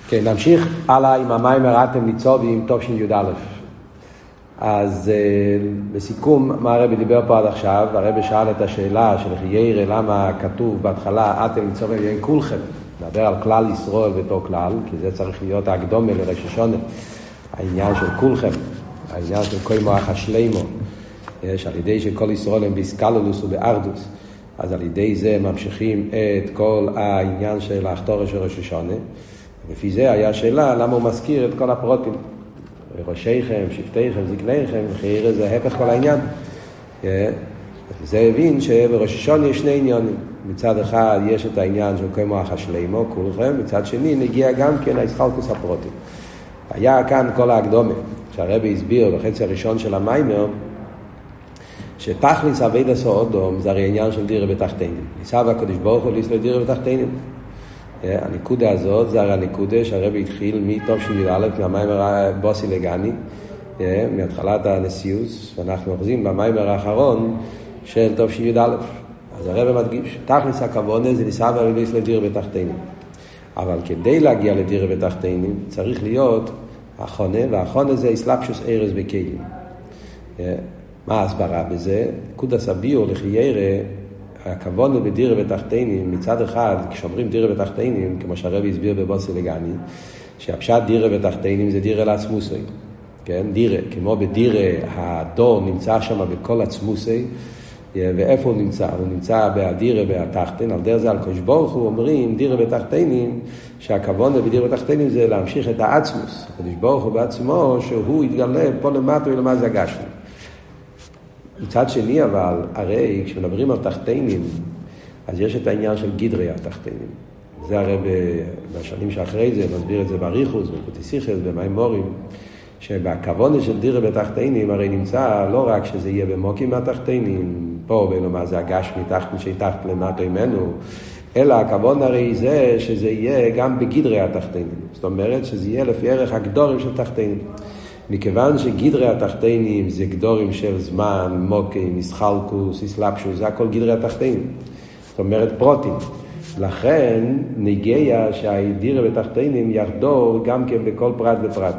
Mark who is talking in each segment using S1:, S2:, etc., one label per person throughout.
S1: כן, נמשיך הלאה עם המיימר אתם ניצובים תשי"א. אז לסיכום, מה הרבי דיבר פה עד עכשיו? הרבי שאל את השאלה של חיירה, למה כתוב בהתחלה אתם ניצובים יהיה כולכם. נדבר על כלל ישראל בתור כלל, כי זה צריך להיות ההקדומה לראש השונה. העניין של כולכם, העניין של כל מוח השלימו, שעל ידי שכל ישראל הם באסקלולוס ובארדוס, אז על ידי זה ממשיכים את כל העניין של האחתורה של ראש השונה. לפי זה היה שאלה למה הוא מזכיר את כל הפרוטים. ראשיכם, שבטיכם, זקניכם, חיירה זה הפך כל העניין. זה הבין שבראש השונה יש שני עניינים. מצד אחד יש את העניין של כל מוח השלימו, כולכם, מצד שני נגיע גם כן האסחלקוס הפרוטים. היה כאן כל ההקדומה, שהרבי הסביר בחצי הראשון של המיימר, שתכלס עבודת אודום זה הרי עניין של דירה בתחתינים. ניסה והקדוש ברוך הוא להסתכל דירה בתחתינים. הנקודה הזאת זה הרי הנקודה שהרבי התחיל מתשי"א, מהמיימר בוסי לגני, מהתחלת הנשיאוס, ואנחנו אוחזים במיימר האחרון של תשי"א. אז הרבי מדגיש, תכלס הכוונה זה ניסה ולהסתכל דירה בתחתינים. אבל כדי להגיע לדירה בתחתינים צריך להיות החונה, והחונה זה אסלאפשוס ארז בכלים. מה ההסברה בזה? קודש הביור לחיירה, הכוונה בדירה בתחתינים, מצד אחד, כשאומרים דירה בתחתינים, כמו שהרבי הסביר בבוסי לגני, שהפשט דירה בתחתינים זה דירה לעצמוסי. כן? דירה, כמו בדירה, הדור נמצא שם בכל עצמוסי, ואיפה הוא נמצא? הוא נמצא בדירה בתחתין, על דרך זה על קדוש ברוך הוא אומרים דירה בתחתינים, שהכוונה בדירה בתחתינים זה להמשיך את העצמוס. הקדוש ברוך הוא בעצמו שהוא יתגלה פה למטה ולמה זה הגשמי. מצד שני אבל, הרי כשמדברים על תחתינים, אז יש את העניין של גדרי התחתינים. זה הרי בשנים שאחרי זה, מסביר את זה באריכוס, בפוטיסיכס, במיימורים, שבכוונה של דירה בתחתינים הרי נמצא לא רק שזה יהיה במוקים מהתחתינים, פה בלומר זה הגשמי תחתין שתחת למטה ממנו, אלא הכוונה הרי זה שזה יהיה גם בגדרי התחתינים. זאת אומרת שזה יהיה לפי ערך הגדורים של תחתינים. מכיוון שגדרי התחתינים זה גדורים של זמן, מוקים, מסחלקוס, אסלאפשוס, זה הכל גדרי התחתינים. זאת אומרת פרוטים. לכן נגיע שהדירה בתחתינים יחדור גם כן בכל פרט ופרט.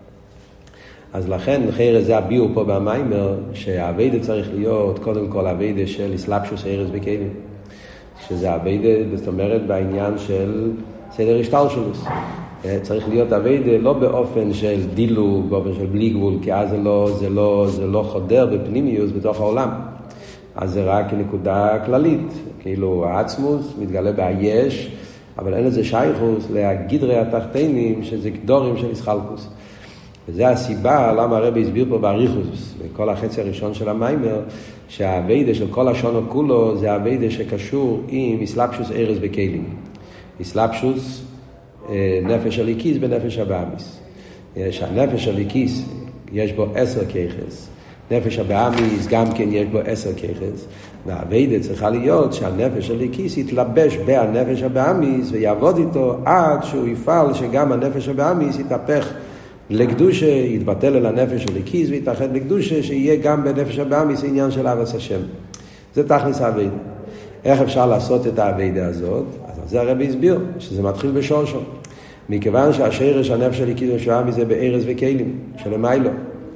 S1: אז לכן חיירה זה הביאו פה במיימר, שהעבודה צריך להיות קודם כל העבודה של אסלאפשוס ארז בכלים. שזה העבודה, זאת אומרת, בעניין של סדר השתלשלוס. צריך להיות עבודה לא באופן של דילוג, באופן של בלי גבול, כי אז זה לא חודר בפנימיוס בתוך העולם. אז זה רק נקודה כללית. כאילו העצמוס מתגלה ביש, אבל אין לזה שייכוס להגדרי התחתינים, שזה גדורים של אסחלקוס. וזה הסיבה למה הרבי הסביר פה באריכוס, בכל החצי הראשון של המיימר, שהעבודה של כל השונו כולו זה העבודה שקשור עם אסלאפשוס ארז בכלים. אסלאפשוס נפש הליקיס בנפש הבאמיס. שהנפש הליקיס יש בו 10 כיחס. נפש הבאמיס גם כן יש בו 10 כיחס. והעבודה צריכה להיות שהנפש הליקיס יתלבש בנפש הבאמיס ויעבוד איתו עד שהוא יפעל שגם הנפש הבאמיס יתהפך לקדושה, יתבטל אל הנפש הליקיס ויתאחד לקדושה, שיהיה גם בנפש הבאמיס עניין של אהבת השם. זה תכלס העבודה. איך אפשר לעשות את העבודה הזאת? אז זה הרבי הסביר, שזה מתחיל בשורשו. מכיוון שהשרש הנפש הליקיס והבאמיס זה בארז וכלים שלמיילו.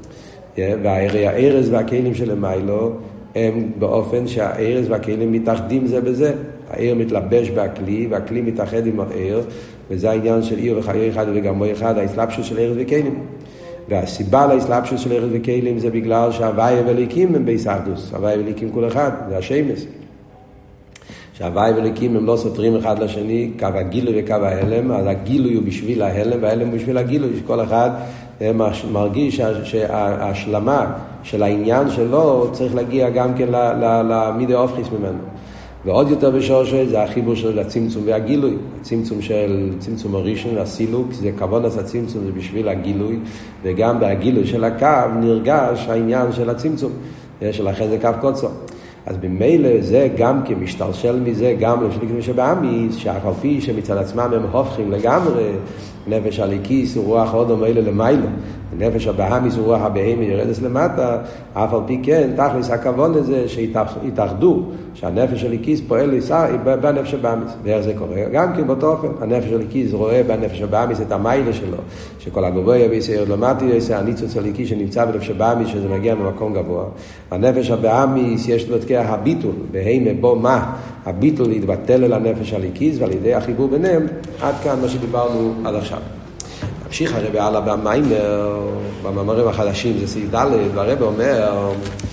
S1: והארז והכלים שלמיילו הם באופן שהארז והכלים מתאחדים זה בזה. העיר מתלבש בכלי, והכלי מתאחד עם העיר, וזה העניין של עיר וחיי אחד וגמו אחד, האסלאפשוס של ארז וכלים. והסיבה לאסלאפשוס של ארז וכלים זה בגלל שהוואי וליקים הם ביסחדוס, הוואי וליקים כל אחד, זה השמש. שהוואי וליקים הם לא סותרים אחד לשני, קו הגילוי וקו ההלם, אז הגילוי הוא בשביל ההלם, וההלם הוא בשביל הגילוי, שכל אחד מרגיש שההשלמה של העניין שלו צריך להגיע גם כן למידי אופחיס ממנו. ועוד יותר בשורש זה החיבור של הצמצום והגילוי. הצמצום של צמצום הראשון, הסילוק, זה כוונס הצמצום, זה בשביל הגילוי, וגם בהגילוי של הקו נרגש העניין של הצמצום, שלכן זה קו קוצר. אז במילא זה גם כמשתלשל מזה, גם לשליקים שבאמיס, שאף על פי שמצד עצמם הם הופכים לגמרי, נפש הליקיס ורוח אודום אלה למיילו, הנפש הבאמיס הוא רוח הבהמה ירדס למטה, אף על פי כן, תכלס הכוון לזה שהתאחדו, שהנפש של הליקיס פועל בנפש הבאמיס. ואיך זה קורה? גם כן באותו אופן, הנפש של הליקיס רואה בנפש הבאמיס את המיילה שלו, שכל הגבוה בישראל למטה יעשה הניצוץ הליקיס שנמצא בנפש הבאמיס, שזה מגיע ממקום גבוה. הנפש הבאמיס יש לו את כוח הביטול, בהמה בו מה? הביטול להתבטל אל הנפש הליקיס, ועל ידי החיבור ביניהם, עד כאן מה שדיברנו עד עכשיו. המשיך הרב הלאה במיימר, במאמרים החדשים, זה סעיף ד', והרב אומר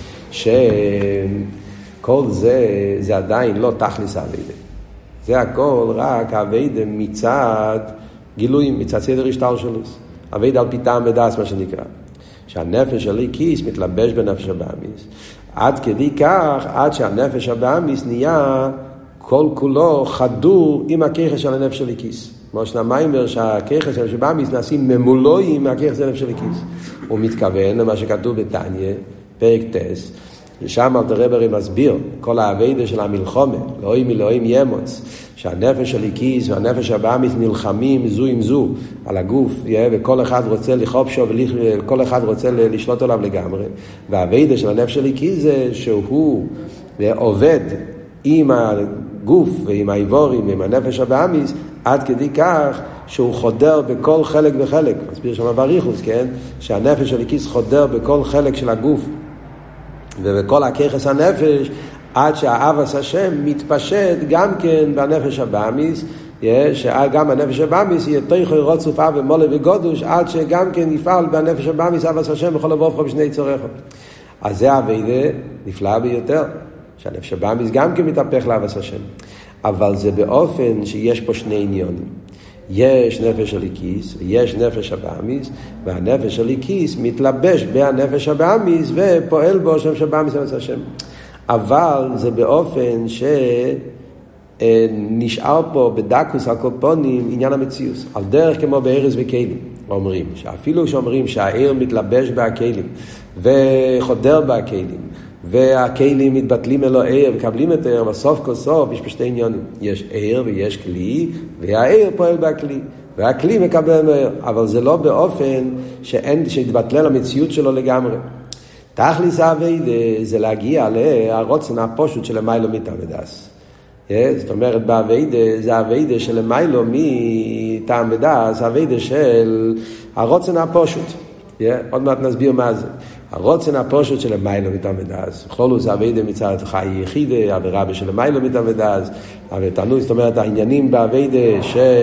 S1: שכל זה עדיין לא תכלס העבודה. זה הכל רק העבודה מצד גילויים, מצד סדר השטר שלו. עבודה על פי טעם ודעת, מה שנקרא. שהנפש של הליקיס מתלבש בנפש הבאמיס. עד כדי כך, עד שהנפש הבאמיס נהיה כל כולו חדור עם הכיחס של הנפש של הליקיס. כמו שנאמר שהכיחס של הבאמיס נעשים ממולויים מהכיחס של הנפש של הליקיס. הוא מתכוון למה שכתוב בתניא, פרק טס, ושם אלתר רבי הרי מסביר כל העבודה של המלחמה, אלוהים ימוץ, שהנפש של הליקיס והנפש הבאמיס נלחמים זו עם זו על הגוף, וכל אחד רוצה לחופשו וכל אחד רוצה לשלוט עליו לגמרי. והעבודה של הנפש של הליקיס זה שהוא עובד עם הגוף ועם האיבורים ועם הנפש הבאמיס, עד כדי כך שהוא חודר בכל חלק וחלק. מסביר שם בריחוס, כן? שהנפש של הליקיס חודר בכל חלק של הגוף ובכל הכיחס הנפש, עד שהאהבת השם מתפשט גם כן בנפש הבאמיס, שגם הנפש הבאמיס יהיה תויכו רוצוף אב ומולה וגודוש, עד שגם כן יפעל בנפש הבאמיס אהבת השם בכל לבוא בשני צורך. אז זה העבודה נפלאה ביותר, שהנפש הבאמיס גם כן מתהפך לאהבת השם. אבל זה באופן שיש פה שני עניונים. יש נפש הליקיס ויש נפש הבאמיס, והנפש הליקיס מתלבש בהנפש הבאמיס ופועל בו שם שבאמיס אהבת השם. אבל זה באופן שנשאר פה בדקוס הקופונים עניין המציאוס, על דרך כמו בארץ וכלים. אומרים שאפילו שאומרים שהעיר מתלבש בהכלים וחודר בהכלים והכלים מתבטלים אלו עיר וקבלים את העיר, בסוף כל סוף יש פה שתי עניונים, יש עיר ויש כלי, והעיר פועל בהכלי והכלי מקבל מהעיר, אבל זה לא באופן שהתבטלל המציאות שלו לגמרי. תכלס העבודה זה להגיע לרוצן הפשוט של המיילו מתעמדס. זאת אומרת, בעבודה זה העבודה של המיילו מתעמדס, העבודה של הרוצן הפשוט. עוד מעט נסביר מה זה. הרוצן הפשוט של המיילו מתעמדס. חולו זה העבודה מצד חי יחיד, עבירה של המיילו מתעמדס. אבל תענו, זאת אומרת, העניינים בעבודה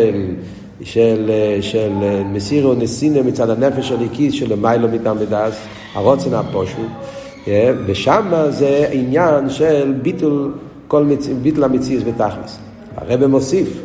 S1: של מסירו נסינה מצד הנפש של הליקיס של המיילו מתעמדס, הרוצן הפשוט, ושם זה עניין של ביטול המציאות בתכלס. הרב מוסיף,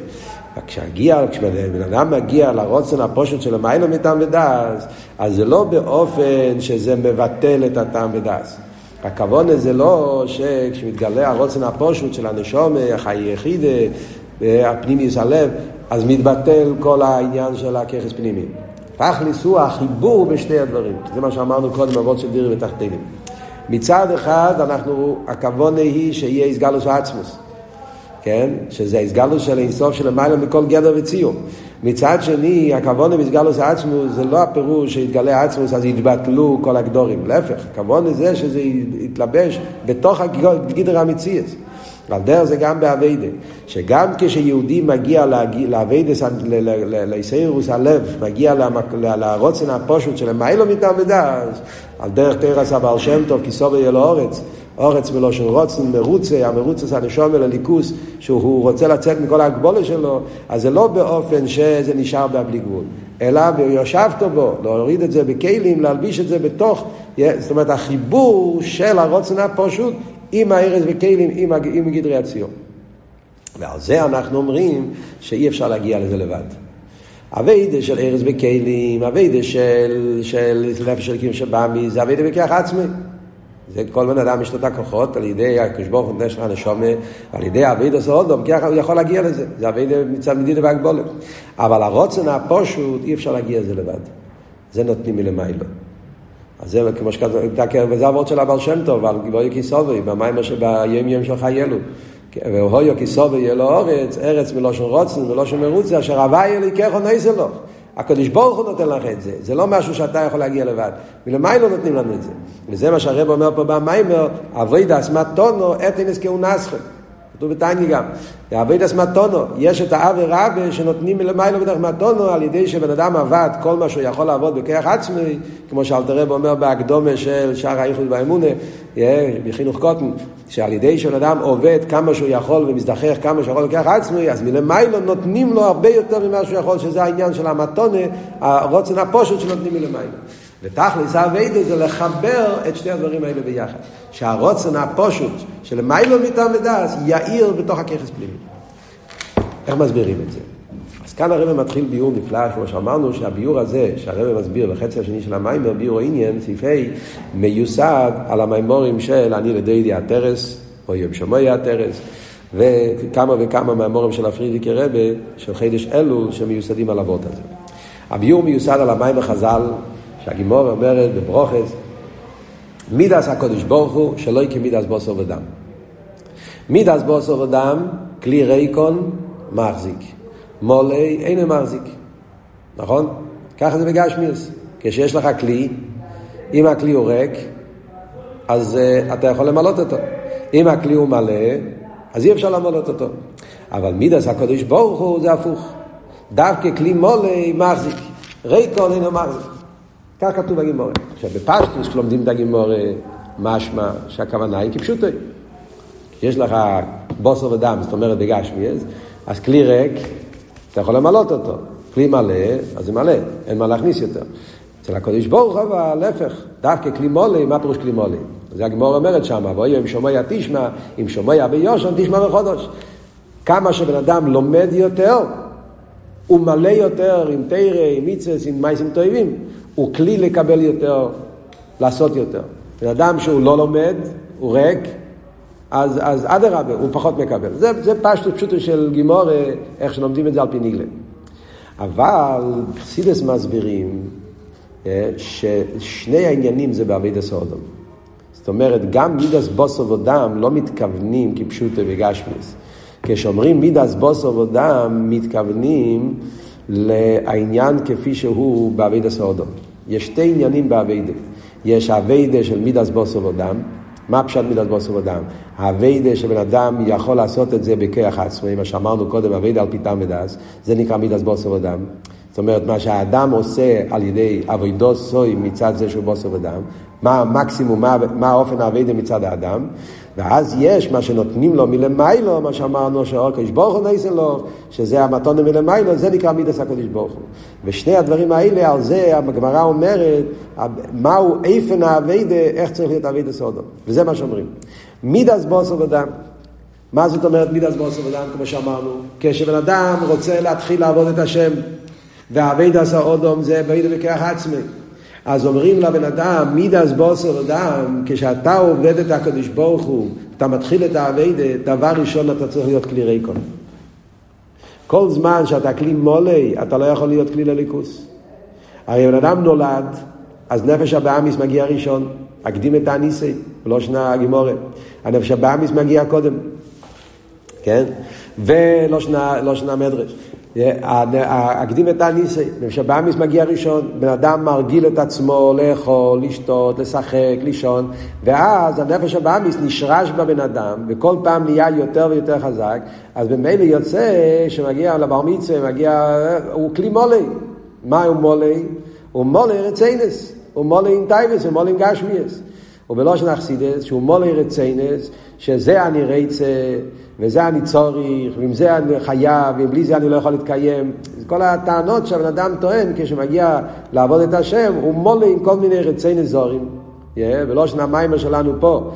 S1: כשבן אדם מגיע לרוצן הפשוט של המיילו מתעמדס, אז זה לא באופן שזה מבטל את הטעם ודס. הכוון זה לא שכשמתגלה הרוצן הפשוט של הנשום, החי יחיד, הפנימיוס הלב, אז מתבטל כל העניין של הכיחס פנימי. תכלס הוא החיבור בשני הדברים. זה מה שאמרנו קודם, אבות של דירה ותחתינים. מצד אחד, הכוונה היא שיהיה הסגלוס העצמוס. כן? שזה הסגלוס של אינסוף של המעלה מכל גדר וציור. מצד שני, הכוונה בסגלוס העצמוס, זה לא הפירוש שהתגלה העצמוס, אז יתבטלו כל הגדורים. להפך, הכוונה זה שזה יתלבש בתוך גדר המציאות. על דרך זה גם בעבודה, שגם כשיהודי מגיע לעבודה, ליסיירוס הלב, מגיע לרוצן הפשוט של המיילו מתעמדס, על דרך תרס הבעל שם טוב, כי סובר יהיה לו אורץ מלושן רוצן, המרוצה זה הנשום אל הליכוס, שהוא רוצה לצאת מכל ההגבולה שלו, אז זה לא באופן שזה נשאר בלי גבול, אלא ויושבת בו, להוריד את זה בכלים, להלביש את זה בתוך, זאת אומרת, החיבור של הרוצן הפשוט, עם הארץ וכלים, עם גדרי הציור. ועל זה אנחנו אומרים שאי אפשר להגיע לזה לבד. הווידה של ארץ וכלים, הווידה של נפש של קיום שבאמי, זה הווידה בכך עצמי. זה כל בן אדם יש לו את הכוחות על ידי הקשבור נשך הנשומה, על ידי הווידה סעודום, כי הוא יכול להגיע לזה. זה הווידה מצד מדינה והגבולת. אבל הרוצן הפשוט, אי אפשר להגיע לזה לבד. זה נותנים מלמיילו. אז זה כמו שכתוב, וזה עבוד של הבעל שם טוב, על גיבוי כיסובי, במים שביום יום שלך יהיה לו. והויו כיסובי יהיה לו ארץ מלושן רוצן, מלושן מרוצה, אשר הווי אליקך או נעשה לו. הקדוש ברוך הוא נותן לך את זה. זה לא משהו שאתה יכול להגיע לבד. ולמה לא נותנים לנו את זה? וזה מה שהרב אומר פה במיימר, עבודת מתונו אתנס כהונסכם. כתוב בתניא גם. עבודת מתונו, יש את האב ורבא שנותנים מלמעלה בדרך מתונו על ידי שבן אדם עבד כל מה שהוא יכול לעבוד בכוח עצמי, כמו שאלתר רב אומר בהקדומה של שער הייחוד והאמונה, בחינוך קוטן, שעל ידי שבן אדם עובד כמה שהוא יכול ומזדחך כמה שהוא יכול בכוח עצמי, אז מלמעלה נותנים לו הרבה יותר ממה שהוא יכול, שזה העניין של המתונה, הרוצן הפושט שנותנים מלמעלה. ותכלס העבודה זה לחבר את שתי הדברים האלה ביחד. שהרוצן הפשוט שלמיילו מטעם ודס יאיר בתוך הכיחס פנימי. איך מסבירים את זה? אז כאן הרב מתחיל ביור נפלא, כמו שאמרנו שהביור הזה שהרב מסביר בחצי השני של המיימר, ביור העניין, סעיפי מיוסד על המיימורים של אני לדידי התרס, או יום שמוי התרס, וכמה וכמה מהמיימורים של הפרידיקי רבה, של חידש אלול, שמיוסדים על אבות הזה. הביור מיוסד על המיימר חז"ל, שהגימור אומרת בברוכס, מידס הקדוש ברוך הוא שלא יקי מידס בוסר ודם. מידס בוסר ודם, כלי ריקון מחזיק. מולי אינו מחזיק. נכון? ככה זה בגשמיאס. כשיש לך כלי, אם הכלי הוא ריק, אז אתה יכול למלות אותו. אם הכלי הוא מלא, אז אי אפשר למלות אותו. אבל מידס הקדוש ברוך הוא זה הפוך. דווקא כלי מולי מחזיק. ריקון אינו מחזיק. כך כתוב בגימורה. עכשיו בפשטוס כשלומדים את הגימורה משמע שהכוונה היא כפשוטו. יש לך בוסר ודם, זאת אומרת בגשמיאס, אז כלי ריק, אתה יכול למלות אותו. כלי מלא, אז זה מלא, אין מה להכניס יותר. אצל הקדוש ברוך הוא אבל להפך, דווקא כלי מולי, מה פירוש כלי מולי? זה הגימורה אומרת שם, ואוי אם שומע תשמע, אם שומע ביושן תשמע בחודש. כמה שבן אדם לומד יותר, הוא מלא יותר עם תורה, עם מצוות, עם מעשים טובים, הוא כלי לקבל יותר, לעשות יותר. בן אדם שהוא לא לומד, הוא ריק, אז אדרבה, הוא פחות מקבל. זה פשטות פשוטו של גימור, איך שלומדים את זה על פי ניגלה. אבל חסידס מסבירים ששני העניינים זה בעבודת סודום. זאת אומרת, גם מידס בוסר ודם לא מתכוונים כפשוטו בגשמיאס. כשאומרים מידס בוסר ודם, מתכוונים לעניין כפי שהוא בעבודת סודום. יש שתי עניינים בעבודה. יש העבודה של מידס בוסר ודם. מה פשט מידס בוסר ודם? העבודה שבן אדם יכול לעשות את זה בכוח עצמו, מה שאמרנו קודם, העבודה על פיתם ודס, זה נקרא מידס בוסר ודם. זאת אומרת, מה שהאדם עושה על ידי עבודו סוי מצד זה שהוא בוסר ודם, מה המקסימום, מה האופן העבודה מצד האדם, ואז יש מה שנותנים לו מלמיילו, מה שאמרנו שהקדוש ברוך הוא נעשה לו, שזה המתון מלמיילו, זה נקרא מידס הקדוש ברוך הוא. ושני הדברים האלה, על זה הגמרא אומרת, מהו איפן העבודה, איך צריך להיות עבודת סודום. וזה מה שאומרים. מידס בוסר ודם. מה זאת אומרת מידס בוסר ודם, כמו שאמרנו? כשבן אדם רוצה להתחיל לעבוד את השם, והעבודת סודום זה עבודה בכוח עצמי. אז אומרים לבן אדם, מידס בוסר ודם, כשאתה עובד את הקדוש ברוך הוא, אתה מתחיל את העבודה, דבר ראשון אתה צריך להיות כלי ריקון. כל זמן שאתה כלי מולי, אתה לא יכול להיות כלי לליכוס. הרי בן אדם נולד, אז נפש הבאמיס מגיע ראשון, הקדים את הניסי, לא שנה הגימורה. הנפש הבאמיס מגיע קודם, כן? ולא שנה מדרש. הקדים את הניסי, נפש הבאמיס מגיע ראשון, בן אדם מרגיל את עצמו לאכול, לשתות, לשחק, לישון, ואז הנפש הבאמיס נשרש בבן אדם, וכל פעם נהיה יותר ויותר חזק, אז במילא יוצא שמגיע לבר מצווה, הוא כלי מולי. מה הוא מולי? הוא מולי רציינס, הוא מולי אינטייבס, הוא מולי גשמיאס. ובלושן אכסידס, שהוא מולי רציינס, שזה אני רצה, וזה אני צורך, ועם זה אני חייב, ובלי זה אני לא יכול להתקיים. כל הטענות שהבן אדם טוען, כשמגיע לעבוד את השם, הוא מולי עם כל מיני רציינס זורים. ולושן המיימר שלנו פה,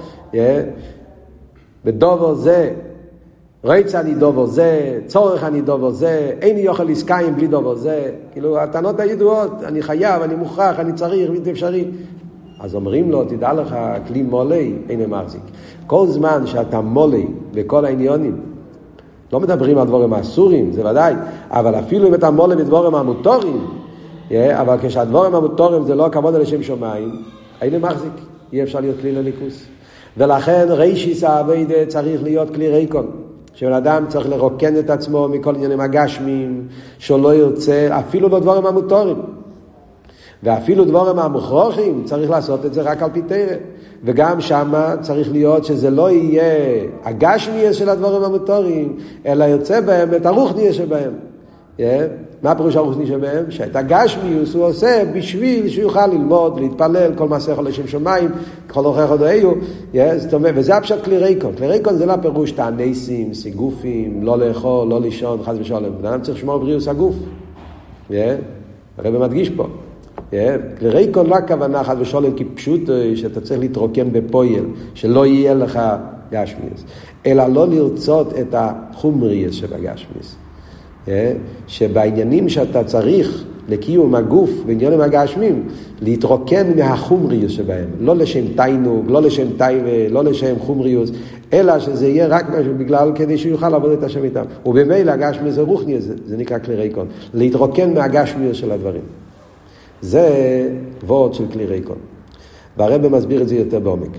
S1: בדובר זה, רצה אני דובר זה, צורך אני דובר זה, אין לי יוכל עסקיים בלי דובר זה. כאילו, הטענות הידועות, אני חייב, אני מוכרח, אני צריך, בלתי אפשרי. אז אומרים לו, תדע לך, כלי מולי אינו מחזיק. כל זמן שאתה מולי בכל העניונים, לא מדברים על דברים האסורים, זה ודאי, אבל אפילו אם אתה מולי בדברים המותורים, אבל כשהדברים המותורים זה לא כבוד לשם שמיים, אינו מחזיק, אי אפשר להיות כלי לליכוס. ולכן רישיס העבודה צריך להיות כלי ריקון. שבן אדם צריך לרוקן את עצמו מכל עניינים הגשמים, שלא ירצה אפילו לא דברים המותרים. ואפילו דברים המוכרחים צריך לעשות את זה רק על פי תורה. וגם שמה צריך להיות שזה לא יהיה הגשמי של הדברים המותרים, אלא יוצא בהם את הרוחני שבהם. מה פירוש הרוחני שבהם? שאת הגשמיוס הוא עושה בשביל שהוא יוכל ללמוד, להתפלל, כל מעשה יכול לשם שמיים, כל אורחי חודאיו, וזה הפשט כלי ריקון. כלי ריקון זה לא פירוש תעניסים, סיגופים, לא לאכול, לא לישון, חס ושלום. אדם צריך לשמור בריאוס הגוף. הרב מדגיש פה. כלי ריקון לא הכוונה חס ושלום כפשוט שאתה צריך להתרוקן בפועל, שלא יהיה לך גשמיוס, אלא לא לרצות את החומריוס שבגשמיוס. שבעניינים שאתה צריך לקיום הגוף בעניינים הגשמים להתרוקן מהחומריוס שבהם, לא לשם תיינוג, לא לשם טייבה, לא לשם חומריוס, אלא שזה יהיה רק משהו בגלל כדי שהוא יוכל לעבוד את השם איתם. ובמילא הגשמי זה רוחני, זה נקרא כלי ריקון, להתרוקן מהגשמיוס של הדברים. זה וורד של כלי ריקון, והרב מסביר את זה יותר בעומק.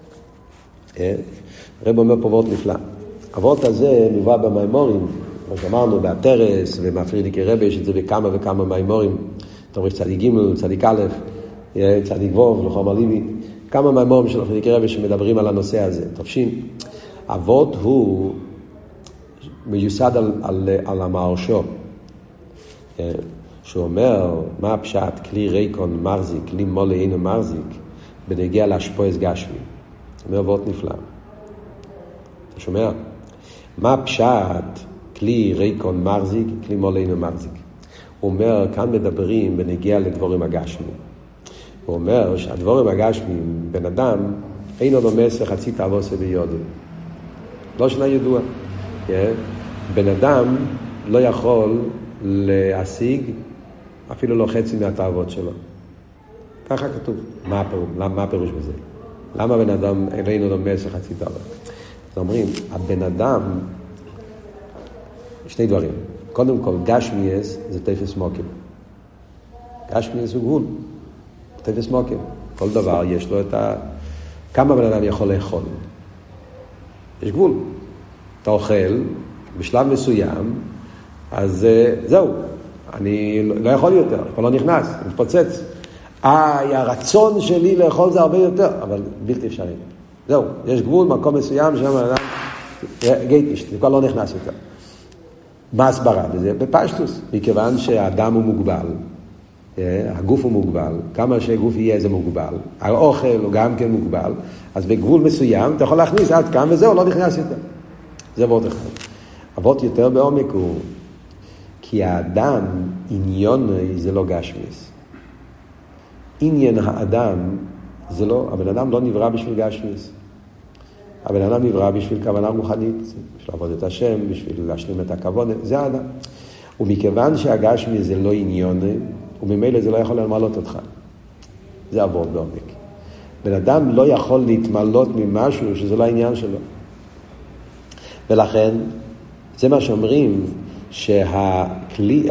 S1: הרב אומר פה וורד נפלא. הוורד הזה מובא במיימורים, כמו שאמרנו, בהתרס ומפרידיקי רבי, יש את זה בכמה וכמה מיימורים, תוריש צדיק ג', צדיק א', צדיק ו', לחום הליבי, כמה מיימורים של מפרידיקי רבי שמדברים על הנושא הזה. תופשים, אבות הוא מיוסד על המהרשו, שהוא אומר, מה הפשט כלי ריקון מרזיק, כלי מולה אינו מרזיק, בנגיע להשפועס גשמי. זה אומר אבות נפלא. אתה שומע? מה הפשט כלי ריקון מרזיק, כלי מולאינו מרזיק. הוא אומר, כאן מדברים בנגיע לדבורים הגשמים. הוא אומר שהדבורים הגשמים, בן אדם, אינו דומס לחצי תאבוסה ביודו. לא שנה ידוע. בן אדם לא יכול להשיג אפילו לא חצי מהתאוות שלו. ככה כתוב. מה הפירוש בזה? למה בן אדם אינו דומס לחצי תאוות? אז אומרים, הבן אדם, שני דברים. קודם כל, גשמיאס זה תפס מוקים. גשמיאס הוא גבול. תפס מוקים. כל דבר יש לו את כמה בן אדם יכול לאכול. יש גבול. אתה אוכל, בשלב מסוים, אז זהו. אני לא יכול יותר, כבר לא נכנס, מתפוצץ. הרצון שלי לאכול זה הרבה יותר, אבל בלתי אפשרי. זהו, יש גבול, מקום מסוים, שם בן אדם, גייטיש, זה כבר לא נכנס יותר. מה הסברה בזה? בפשטוס, מכיוון שהאדם הוא מוגבל, הגוף הוא מוגבל, כמה שגוף יהיה זה מוגבל, האוכל הוא גם כן מוגבל, אז בגבול מסוים אתה יכול להכניס עד כאן וזהו, לא נכנס יותר. זה עבוד אחד. עבוד יותר בעומק הוא, כי האדם, עניון זה לא גשמיס. עניין האדם זה לא, הבן אדם לא נברא בשביל גשמיס. הבן אדם נברא בשביל כוונה רוחנית, בשביל לעבוד את השם, בשביל להשלים את הכוונה, זה האדם. ומכיוון שהגשמי זה לא עניון, וממילא זה לא יכול למלות אותך. זה עבוד בעומק. בן אדם לא יכול להתמלות ממשהו שזה לא העניין שלו. ולכן, זה מה שאומרים, שהכלי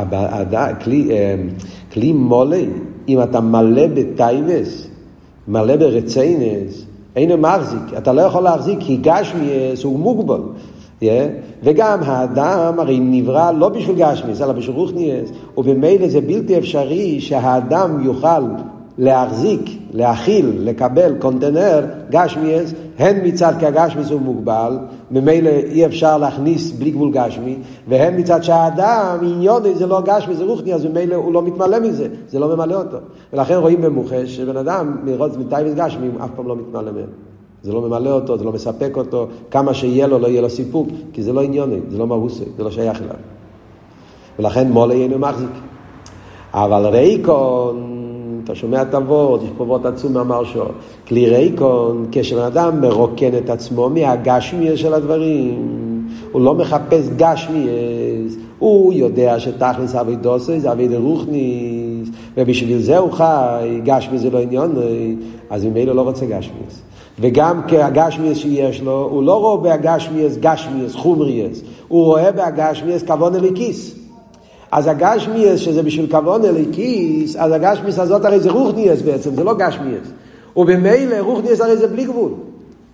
S1: מולה, אם אתה מלא בטייבס, מלא ברציינס, אינו מחזיק, אתה לא יכול להחזיק, כי גשמיאס הוא מוגבל. וגם האדם הרי נברא לא בשביל גשמיאס, אלא בשביל רוחניאס, ובמילא זה בלתי אפשרי שהאדם יוכל להחזיק, להכיל, לקבל קונטנר גשמיאס, הן מצד כי הגשמיאס הוא מוגבל, ממילא אי אפשר להכניס בלי גבול גשמי, והן מצד שהאדם עניוני זה לא גשמי, זה רוחני, אז ממילא הוא לא מתמלא מזה, זה לא ממלא אותו. ולכן רואים במוחש שבן אדם מרוץ מטייבס גשמי אף פעם לא מתמלא מהם. זה לא ממלא אותו, זה לא מספק אותו, כמה שיהיה לו לא יהיה לו סיפוק, כי זה לא עניוני, זה לא מהוסי, זה לא שייך אליו. ולכן מולה אינו מחזיק. אבל ריקון, אתה שומע את הוורד, יש פה וורד עצום מהמהרשו. כלי ריקון, כשבן אדם מרוקן את עצמו מהגשמיאס של הדברים, הוא לא מחפש גשמיאס, הוא יודע שתכלס אבידוסי זה אביד רוחניס, ובשביל זה הוא חי, גשמיאס זה לא עניון, אז ממילא לא רוצה גשמיאס. וגם כהגשמיאס שיש לו, הוא לא רואה בהגשמיאס גשמיאס, חומריאס, הוא רואה בהגשמיאס כוון אליקיס. אז הגשמיאס שזה בשביל כוון אליקיס, אז הגשמיאס הזאת הרי זה רוחניאס בעצם, זה לא גשמיאס. ובמילא רוחניאס הרי זה בלי גבול.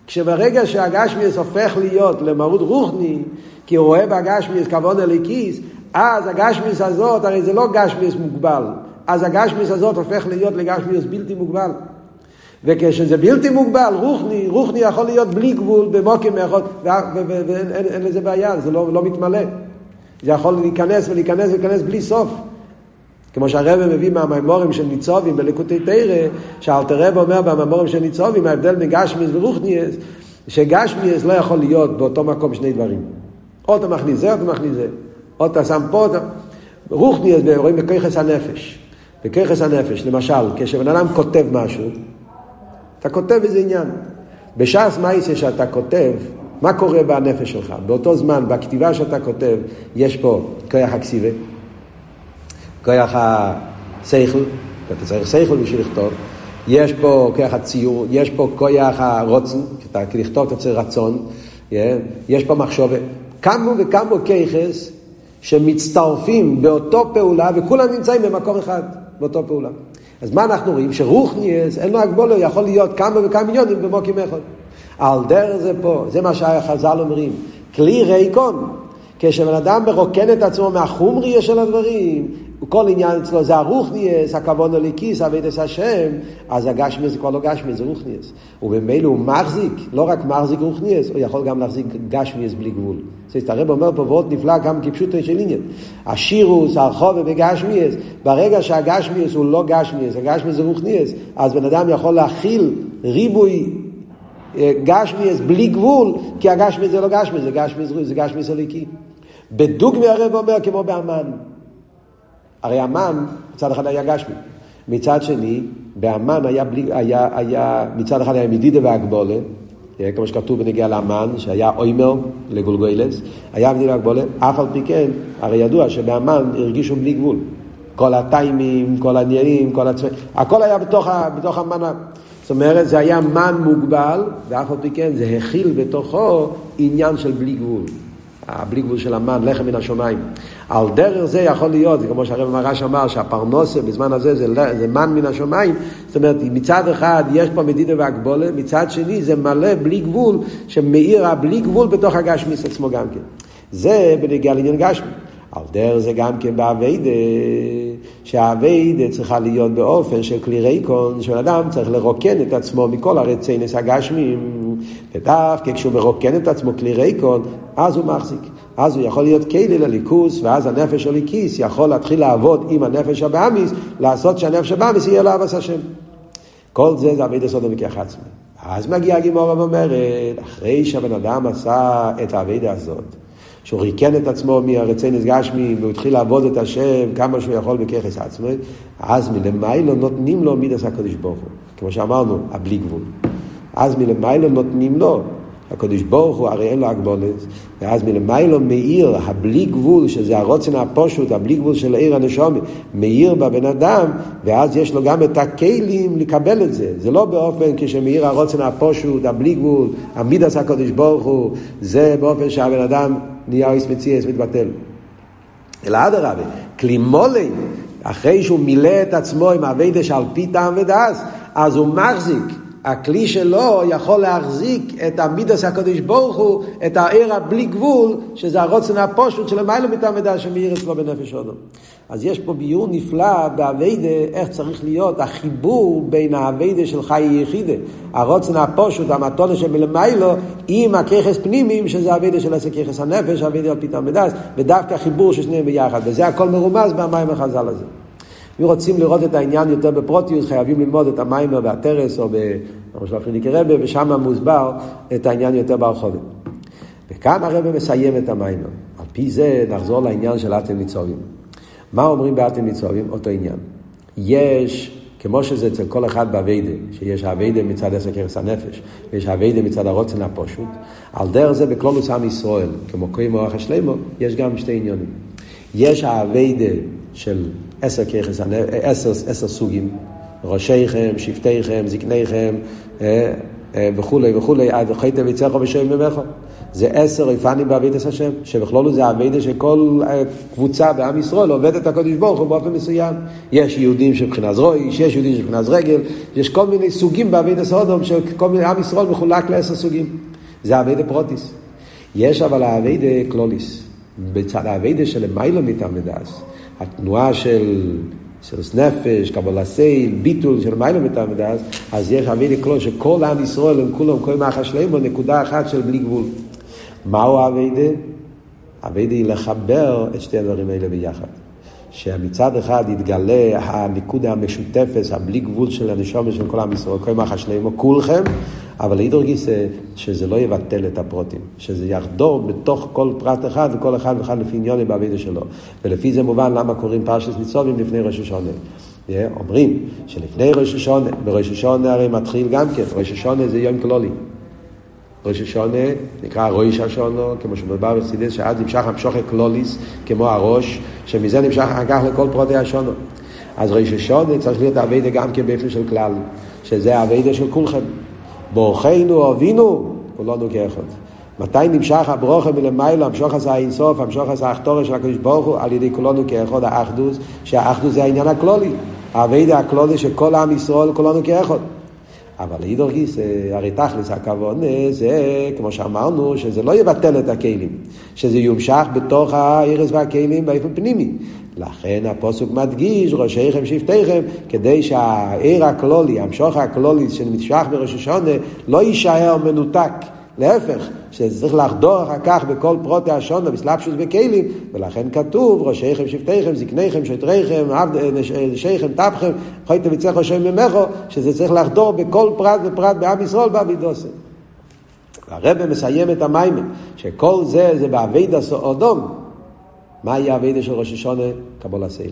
S1: כשברגע שהגשמיאס הופך להיות למהות רוחני, כי הוא רואה בהגשמיאס כוון אליקיס, אז הגשמיאס הזאת, הרי זה לא גשמיאס מוגבל, אז הגשמיאס הזאת הופך להיות לגשמיאס בלתי מוגבל. וכשזה בלתי מוגבל, רוחני יכול להיות בלי גבול, במוקים יכול, ואין לזה בעיה, זה לא מתמלא. זה יכול להיכנס בלי סוף. כמו שהרב מביא מהמאמרים של ניצובים בליקוטי תורה, שהאלטר רב אומר במאמרים של ניצובים, ההבדל מגשמיאס ורוחניאס, שגשמיאס לא יכול להיות באותו מקום שני דברים. או אתה מכניס זה, או אתה מכניס זה. או אתה שם פה, רוחניאס רואים בכיחס הנפש. בכיחס הנפש, למשל, כשבן אדם כותב משהו, אתה כותב איזה עניין. בשעס מייסה שאתה כותב, מה קורה בנפש שלך? באותו זמן, בכתיבה שאתה כותב, יש פה כוח הכסיבה, כוח השכל, אתה צריך שכל בשביל לכתוב, יש פה כוח הציור, יש פה כוח הרוצן, כי לכתוב אתה צריך רצון, יש פה מחשבה. כמה וכמה כיחס שמצטרפים באותו פעולה, וכולם נמצאים במקום אחד, באותו פעולה. אז מה אנחנו רואים? שרוחניאס, אין לו הגבולה, יכול להיות כמה וכמה מיליונים במוקים אחד. על דרך זה פה, זה מה שהחז"ל אומרים. כלי ריקון, כשבן אדם מרוקן את עצמו מהחומריה של הדברים, כל עניין אצלו זה הרוחניאס, הכוון הליקיס, עבודת השם, אז הגשמיאס זה כבר לא גשמיאס, זה רוחניאס. ובמילא הוא מחזיק, לא רק מחזיק רוחניאס, הוא יכול גם להחזיק גשמיאס בלי גבול. זאת הרב אומר פה ועוד נפלא גם כפשוטו של עניין. השירוס, הרחוב בגשמיאס, ברגע שהגשמיאס הוא לא גשמיאס, הגשמיאס זה רוחניאס, אז בן אדם יכול להכיל ריבוי גשמיאס בלי גבול, כי הגשמיאס זה לא גשמיאס, זה גשמיאס רוחניאס, זה גשמיאס הליקי. בדוגמא הרב אומר כמו באמן. הרי המן מצד אחד היה גשמי, מצד שני באמן היה מצד אחד היה מדידה והגבולה, כמו שכתוב בנגיע לאמן שהיה אוימר לגולגוילס, היה מדידה והגבולה, אף על פי כן הרי ידוע שבאמן הרגישו בלי גבול, כל הטיימים, כל העניינים, כל הצמאים, הכל היה בתוך המן. זאת אומרת זה היה מן מוגבל, ואף על פי כן זה הכיל בתוכו עניין של בלי גבול, הבלי גבול של המן, לחם מן השומיים. על דרך זה יכול להיות, כמו שהרב מרש אמר, שהפרנוסה בזמן הזה זה מן מן השומיים. זאת אומרת, מצד אחד יש פה מדידה והגבולה, מצד שני זה מלא בלי גבול, שמאיר הבלי גבול בתוך הגשמיס עצמו גם כן. זה בנגיע לעניין גשמי. על דרך זה גם כן בעבודה, שהעבודה צריכה להיות באופן של כלי ריקון, שאדם צריך לרוקן את עצמו מכל הרציינס הגשמיים, ודווקא כשהוא מרוקן את עצמו כלי ריקון, אז הוא מחזיק. אז הוא יכול להיות כלי לליכוס, ואז הנפש הליקיס יכול להתחיל לעבוד עם הנפש הבאמיס, לעשות שהנפש הבאמיס יהיה לאהבת השם. כל זה זה עבודה סוד המקיח עצמי. אז מגיע הגימורה ואומרת, אחרי שהבן אדם עשה את העבודה הזאת, שהוא ריקן את עצמו מהרציינס גשמי, והוא התחיל לעבוד את השם כמה שהוא יכול בכיחס עצמי, אז מלמיילו נותנים לו מידס הקדוש ברוך הוא. כמו שאמרנו, הבלי גבול. אז מלמיילו נותנים לו, הקדוש ברוך הוא הרי אין לו הגבולת, ואז מלמיילו מאיר הבלי גבול, שזה הרוצן הפשוט, הבלי גבול של עיר הנשומי, מאיר בבן אדם, ואז יש לו גם את הכלים לקבל את זה. זה לא באופן כשמאיר הרוצן הפשוט, הבלי גבול, המידס הקדוש ברוך הוא, זה באופן שהבן אדם נהיה איסמציאס מתבטל. אלא אדרבה, כלימולי, אחרי שהוא מילא את עצמו עם עבודה שעל פי טעם ודעת, אז הוא מחזיק. הכלי שלו יכול להחזיק את המידס הקדוש ברוך הוא, את העיר הבלי גבול, שזה הרוצן הפשוט של המילה מטעם ודעת שמאיר אצלו בנפש אדם. אז יש פה ביור נפלא בעבודה, איך צריך להיות החיבור בין העבודה של חיי יחידה, הרוצן הפשוט, המתונה שמלמיילו, עם הכיחס פנימיים, שזה העבודה של כיחס הנפש, העבודה על פי טעם ודעת, ודווקא החיבור ששניהם ביחד, וזה הכל מרומז במים החז"ל הזה. אם רוצים לראות את העניין יותר בפרוטיות, חייבים ללמוד את המיימר והטרס, או בראש הפריניקי רבה, ושם מוסבר את העניין יותר בהרחבה. וכאן הרבה מסיים את המיימר. על פי זה נחזור לעניין של אתם ניצובים. מה אומרים באתם ניצובים? אותו עניין. יש, כמו שזה אצל כל אחד בעבודה, שיש העבודה מצד עשר כיחס הנפש, ויש העבודה מצד הרוצן הפשוט, על דרך זה בכלולוס עם ישראל, כמו קוי מוח השלמו, יש גם שתי עניונים. יש העבודה של 10 סוגים, ראשיכם, שבטיכם, זקניכם, וכו' וכו', עד חייתם ויצחו בשם ממך. זה 10 אופנים בעבודת השם, שבכלול זה עבודה שכל קבוצה בעם ישראל עובדת את הקדוש ברוך הוא באופן מסוים. יש יהודים שבחינת ראש, יש יהודים שבחינת רגל, יש כל מיני סוגים בעבודת האדם, שכל מיני עם ישראל מחולק ל10 סוגים. זה עבודה פרוטיס. יש אבל עבודה כלוליס. בצד העבודה של מיילו מתעמדס, התנועה של נפש, קבלה סייל, ביטול של מיילו מתעמדס, אז יש עבודה כלול שכל עם ישראל הם כולם כל מאחר שלהם בו נקודה אחת של בלי גבול. מהו העבודה? העבודה היא לחבר את שתי הדברים האלה ביחד. שמצד אחד יתגלה הנקודה המשותפת, הבלי גבול של הנשמה של כל עם ישראל, כל מאחר שלהם, כולכם, אבל להידור גיסא שזה לא יבטל את הפרוטים, שזה יחדור בתוך כל פרט אחד וכל אחד ואחד לפי עניונים בעבודה שלו. ולפי זה מובן למה קוראים פרשת ניצבים לפני ראש השונה. אומרים שלפני ראש השונה, בראש השונה הרי מתחיל גם כן, ראש השונה זה יום כלולי. ראש השונה נקרא ראש השונה, כמו שמדבר בחסידות, שעד נמשך המשוך כלוליס, כמו הראש, שמזה נמשך אחר כך לכל פרוטי השונה. אז ראש השונה צריך להיות עבודה גם כן באופן של כלל, שזה העבודה של כולכם. בורכנו אבינו, כולנו כאחד. מתי נמשך הברוכה מלמעלה, המשוך עשה אינסוף, המשוך עשה החתורה של הקדוש ברוך הוא, על ידי כולנו כאחד, האחדוס, שהאחדוס זה העניין הכלולי. העבודה הכלולי שכל עם ישראל, כולנו כאחד. אבל להידור גיסא, הרי תכלס הכוון זה, כמו שאמרנו, שזה לא יבטל את הכלים, שזה יומשך בתוך הארץ והכלים באופן פנימי. לכן הפסוק מדגיש ראשיכם שבטיכם, כדי שהעיר הכלולי, המשוך הכלולי שנמשך בראש השונה, לא יישאר מנותק. להפך, שזה צריך לחדור אחר כך בכל פרוטי השונה, בסלאפשוס וכלים, ולכן כתוב, ראשיכם שבטיכם, זקניכם, שוטריכם, נשיכם, טפכם, חייתם וצריך ראשי ממכו, שזה צריך לחדור בכל פרט ופרט בעם ישראל בעבידוסה. והרבא מסיים את המים, שכל זה בעבודה סעודום. מה יהיה העבודה של ראש השונה? קבלה סייל.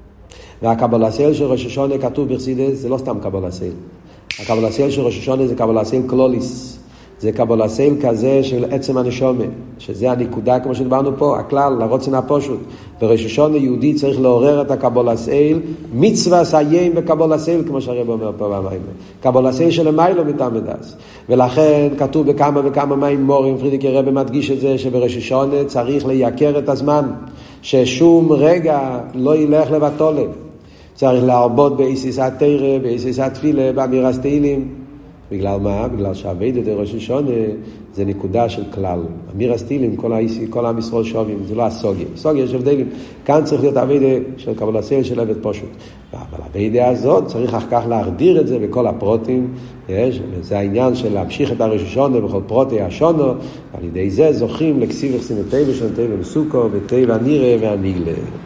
S1: והקבלה סייל של ראש השונה כתוב בחסידות, זה לא סתם קבלה סייל. הקבלה סייל של ראש השונה זה קבלה סייל כלוליס. זה קבלה סייל כזה של עצם הנשמה, שזה הנקודה כמו שדיברנו פה, הכלל, הרוצן הפשוט. וראש השונה יהודי צריך לעורר את הקבלה סייל, מצווה סיים בקבלה סייל, כמו שהרב אומר פה במים. קבלה סייל של מיילו מתעמדס. ולכן כתוב בכמה וכמה מים מורים, פרידיקי רבי מדגיש את זה, שבראש השונה צריך לייקר את הזמן, ששום רגע לא ילך לבטולה. צריך להרבות באיסיסת תורה, באיסיסת תפילה, באמירת תהילים. בגלל מה? בגלל שהעבודת ראש השונה זה נקודה של כלל. אמירת תהילים, כל עם ישראל שווים, זה לא הסוגיה. סוגיה יש הבדלים. כאן צריך להיות העבודה של קבלה סייל של עבד פשוט. אבל העבודה הזאת צריך אחר כך להחדיר את זה בכל הפרוטים. זה העניין של להמשיך את הראש השונה בכל פרוטי השונה. על ידי זה זוכים לכסיב וחסינותי ושנתי ומסוכו ותי והנירה והניגלה.